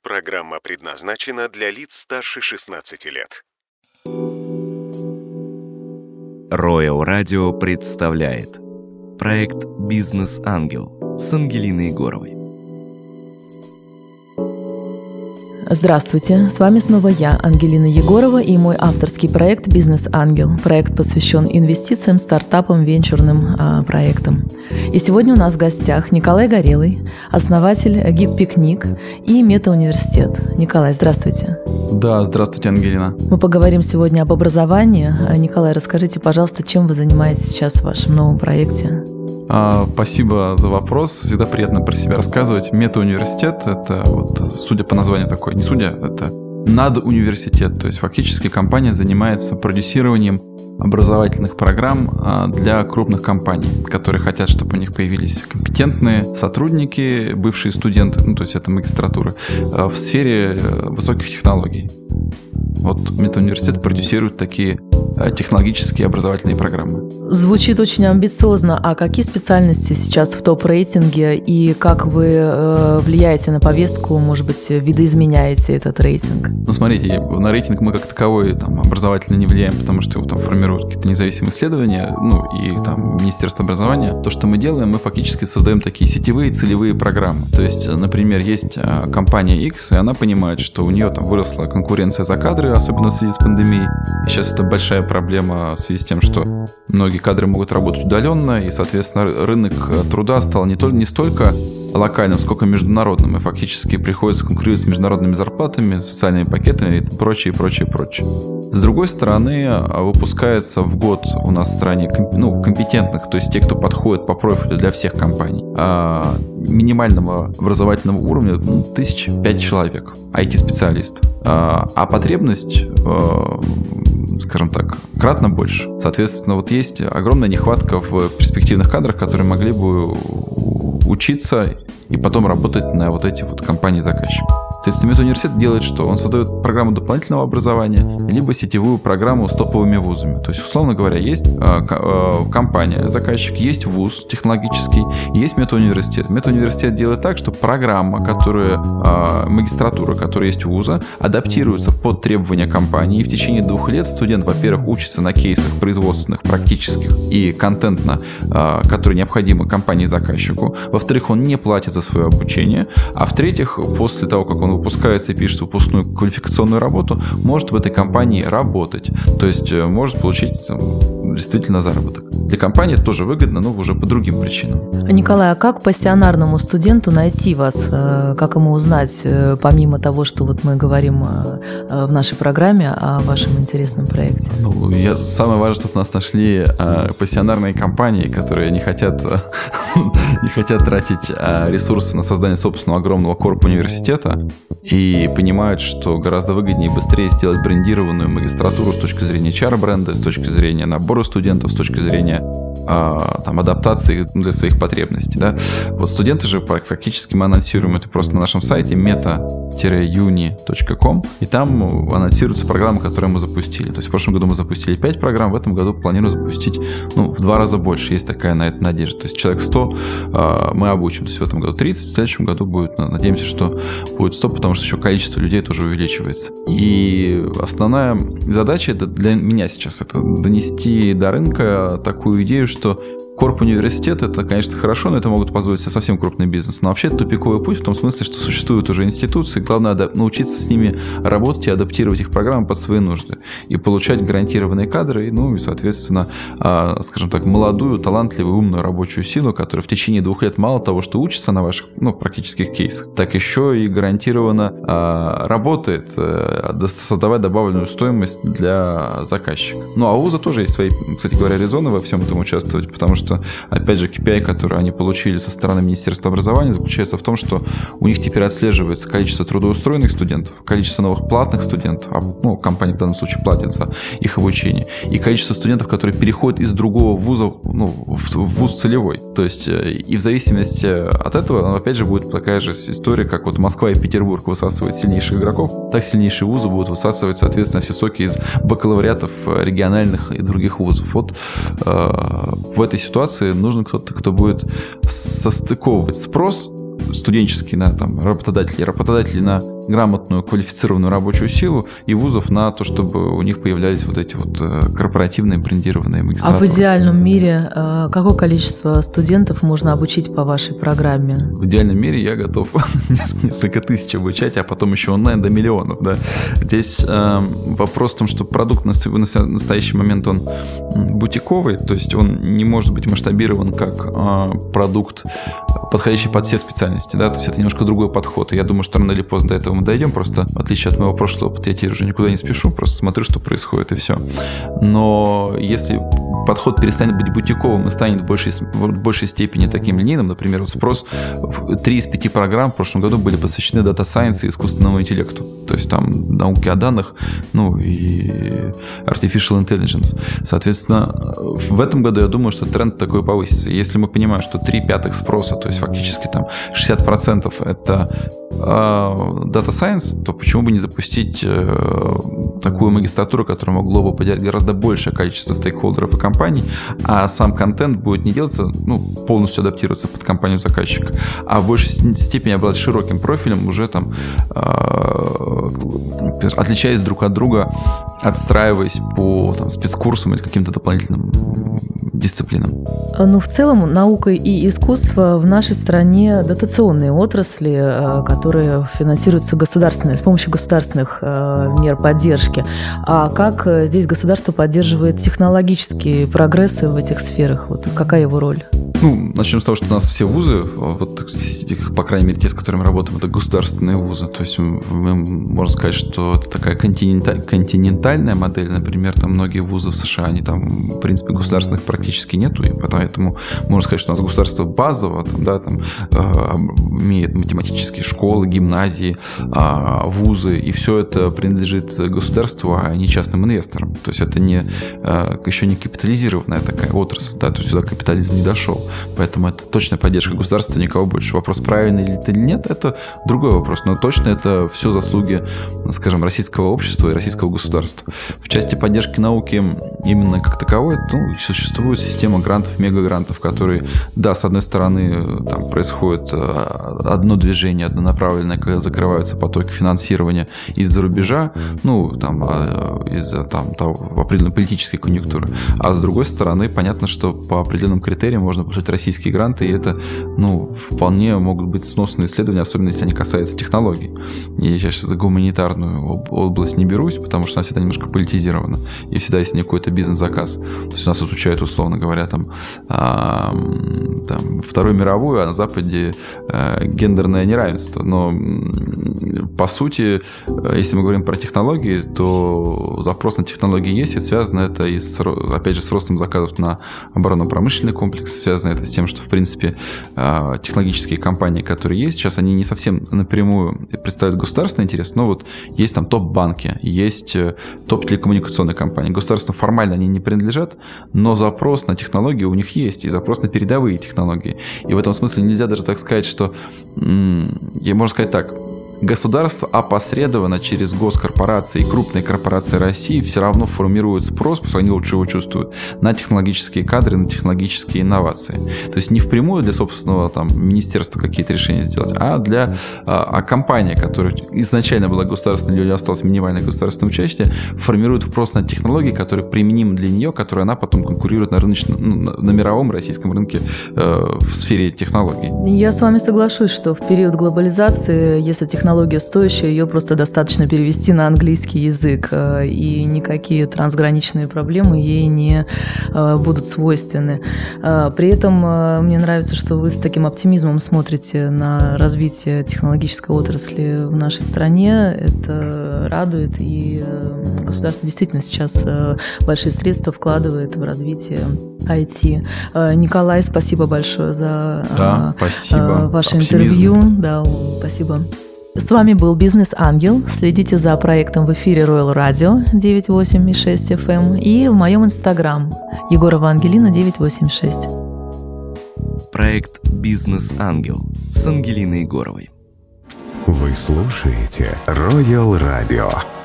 Программа предназначена для лиц старше 16 лет. Royal Radio представляет проект «Бизнес-ангел» с Ангелиной Егоровой. Здравствуйте, с вами снова я, Ангелина Егорова, и мой авторский проект «Бизнес-ангел». Проект посвящен инвестициям, стартапам, венчурным проектам. И сегодня у нас в гостях Николай Горелый, основатель Гид-Пикник и Мета-университет. Николай, здравствуйте. Да, здравствуйте, Ангелина. Мы поговорим сегодня об образовании. Николай, расскажите, пожалуйста, чем вы занимаетесь сейчас в вашем новом проекте? Спасибо за вопрос. Всегда приятно про себя рассказывать. Мета-университет – это, судя по названию такое, не судя, это надуниверситет. То есть фактически компания занимается продюсированием образовательных программ для крупных компаний, которые хотят, чтобы у них появились компетентные сотрудники, бывшие студенты, то есть это магистратура, в сфере высоких технологий. Мета-университет продюсирует такие технологические образовательные программы. Звучит очень амбициозно. А какие специальности сейчас в топ-рейтинге и как вы влияете на повестку, может быть, видоизменяете этот рейтинг? Смотрите, на рейтинг мы как таковой образовательно не влияем, потому что его формируют какие-то независимые исследования, и Министерство образования. То, что мы делаем, мы фактически создаем такие сетевые целевые программы. То есть, например, есть компания X, и она понимает, что у нее выросла конкуренция за кадры, особенно в связи с пандемией. И сейчас это большая проблема в связи с тем, что многие кадры могут работать удаленно, и, соответственно, рынок труда стал не столько локальным, сколько международным, и фактически приходится конкурировать с международными зарплатами, социальными пакетами и прочее. С другой стороны, выпускается в год у нас в стране компетентных, то есть те, кто подходит по профилю для всех компаний, минимального образовательного уровня 1005 человек, IT-специалистов. А потребность, скажем так, кратно больше. Соответственно, есть огромная нехватка в перспективных кадрах, которые могли бы учиться и потом работать на эти компании-заказчики. Соответственно, Мета-университет делает что? Он создает программу дополнительного образования, либо сетевую программу с топовыми вузами. То есть, условно говоря, есть компания, заказчик, есть вуз технологический, есть Мета-университет. Мета-университет делает так, что программа, магистратура, которая есть у вуза, адаптируется под требования компании, и в течение 2 лет студент, во-первых, учится на кейсах производственных, практических и контентно, которые необходимы компании-заказчику. Во-вторых, он не платит за свое обучение. А в-третьих, после того, как он выпускается и пишет выпускную квалификационную работу, может в этой компании работать. То есть может получить действительно заработок. Для компании это тоже выгодно, но уже по другим причинам. Николай, а как пассионарному студенту найти вас? Как ему узнать, помимо того, что мы говорим в нашей программе о вашем интересном проекте? Самое важное, чтобы нас нашли пассионарные компании, которые не хотят тратить ресурсы на создание собственного огромного корпуса университета и понимают, что гораздо выгоднее и быстрее сделать брендированную магистратуру с точки зрения HR-бренда, с точки зрения набора студентов, с точки зрения адаптации для своих потребностей. Да? Студенты же фактически мы анонсируем это просто на нашем сайте meta-uni.com, и там анонсируются программы, которые мы запустили. То есть в прошлом году мы запустили 5 программ, в этом году планируем запустить в 2 раза больше. Есть такая на это надежда. То есть человек 100 мы обучим. То есть в этом году 30, в следующем году будет, надеемся, что будет 100, потому что еще количество людей тоже увеличивается. И основная задача для меня сейчас это донести до рынка такую идею, что корп-университет – это, конечно, хорошо, но это могут позволить себе совсем крупный бизнес. Но вообще это тупиковый путь в том смысле, что существуют уже институции, главное научиться с ними работать и адаптировать их программы под свои нужды. И получать гарантированные кадры, и, соответственно, скажем так, молодую, талантливую, умную рабочую силу, которая в течение 2 лет мало того, что учится на ваших практических кейсах, так еще и гарантированно работает, создавая добавленную стоимость для заказчика. А у вуза тоже есть свои, кстати говоря, резоны во всем этом участвовать, потому что, опять же, KPI, который они получили со стороны Министерства образования, заключается в том, что у них теперь отслеживается количество трудоустроенных студентов, количество новых платных студентов, компания в данном случае платит за их обучение, и количество студентов, которые переходят из другого вуза в вуз целевой. То есть, и в зависимости от этого, опять же, будет такая же история, как Москва и Петербург высасывают сильнейших игроков, так сильнейшие вузы будут высасывать, соответственно, все соки из бакалавриатов региональных и других вузов. В этой ситуации нужен кто-то, кто будет состыковывать спрос студенческий на работодателей на грамотную, квалифицированную рабочую силу и вузов на то, чтобы у них появлялись вот эти вот корпоративные брендированные магистратуры. А в идеальном мире какое количество студентов можно обучить по вашей программе? В идеальном мире я готов несколько тысяч обучать, а потом еще онлайн до миллионов. Да. Здесь вопрос в том, что продукт в настоящий момент он бутиковый, то есть он не может быть масштабирован как продукт, подходящий под все специальности. Да? То есть это немножко другой подход. И я думаю, что рано или поздно до этого мы дойдем. Просто в отличие от моего прошлого опыта, я теперь уже никуда не спешу, просто смотрю, что происходит, и все. Но если подход перестанет быть бутиковым и станет в большей степени таким линейным, например, вот спрос 3 из 5 программ в прошлом году были посвящены Data Science и искусственному интеллекту. То есть там науки о данных, и Artificial Intelligence. Соответственно, в этом году я думаю, что тренд такой повысится. Если мы понимаем, что 3/5 спроса, то есть фактически там 60% это Data Science, то почему бы не запустить такую магистратуру, которая могло бы поделать гораздо большее количество стейкхолдеров и компаний, а сам контент будет не делаться, полностью адаптироваться под компанию заказчика, а в большей степени обладать широким профилем, уже там отличаясь друг от друга, отстраиваясь по спецкурсам или каким-то дополнительным дисциплинам. В целом, наука и искусство в нашей стране дотационные отрасли, которые финансируются с помощью государственных мер поддержки. А как здесь государство поддерживает технологические прогрессы в этих сферах? Какая его роль? Начнем с того, что у нас все вузы, по крайней мере, те, с которыми работаем, это государственные вузы. То есть можно сказать, что это такая континентальная модель. Например, там многие вузы в США, они там, в принципе, государственных практически нету, и поэтому можно сказать, что у нас государство базово имеет математические школы, гимназии, вузы, и все это принадлежит государству, а не частным инвесторам. То есть это еще не капитализированная такая отрасль, да, то есть сюда капитализм не дошел. Поэтому это точная поддержка государства, никого больше. Вопрос, правильно ли это или нет, это другой вопрос. Но точно это все заслуги, скажем, российского общества и российского государства. В части поддержки науки именно как таковой, существует система грантов, мегагрантов, которые, да, с одной стороны, там происходит одно движение однонаправленное, когда закрываются потоки финансирования из-за рубежа, из-за определенной политической конъюнктуры. А с другой стороны, понятно, что по определенным критериям можно получить российские гранты, и это, вполне могут быть сносные исследования, особенно если они касаются технологий. Я сейчас за гуманитарную область не берусь, потому что она всегда немножко политизирована, и всегда есть какой-то бизнес-заказ. То есть у нас изучают, условно говоря, Вторую мировую, а на Западе гендерное неравенство. Но по сути, если мы говорим про технологии, то запрос на технологии есть, и связано это опять же, с ростом заказов на оборонно-промышленный комплекс, связано это с тем, что, в принципе, технологические компании, которые есть сейчас, они не совсем напрямую представляют государственный интерес, но вот есть там топ-банки, есть топ-телекоммуникационные компании. Государству формально они не принадлежат, но запрос на технологии у них есть, и запрос на передовые технологии. И в этом смысле нельзя даже так сказать, что... Можно сказать так. Государство опосредованно через госкорпорации и крупные корпорации России все равно формируют спрос, потому что они лучше его чувствуют, на технологические кадры, на технологические инновации. То есть не впрямую для собственного министерства какие-то решения сделать, а для компания, которая изначально была государственной, или осталось минимальное государственное участие, формирует спрос на технологии, которые применимы для нее, которые она потом конкурирует на мировом российском рынке в сфере технологий. Я с вами соглашусь, что в период глобализации, если технология стоящая, ее просто достаточно перевести на английский язык, и никакие трансграничные проблемы ей не будут свойственны. При этом мне нравится, что вы с таким оптимизмом смотрите на развитие технологической отрасли в нашей стране. Это радует, и государство действительно сейчас большие средства вкладывает в развитие IT. Николай, спасибо большое за ваше интервью. Да, спасибо. С вами был «Бизнес-ангел». Следите за проектом в эфире Royal Radio 98,6 FM и в моем инстаграм Егорова Ангелина 986. Проект «Бизнес-ангел» с Ангелиной Егоровой. Вы слушаете Royal Radio.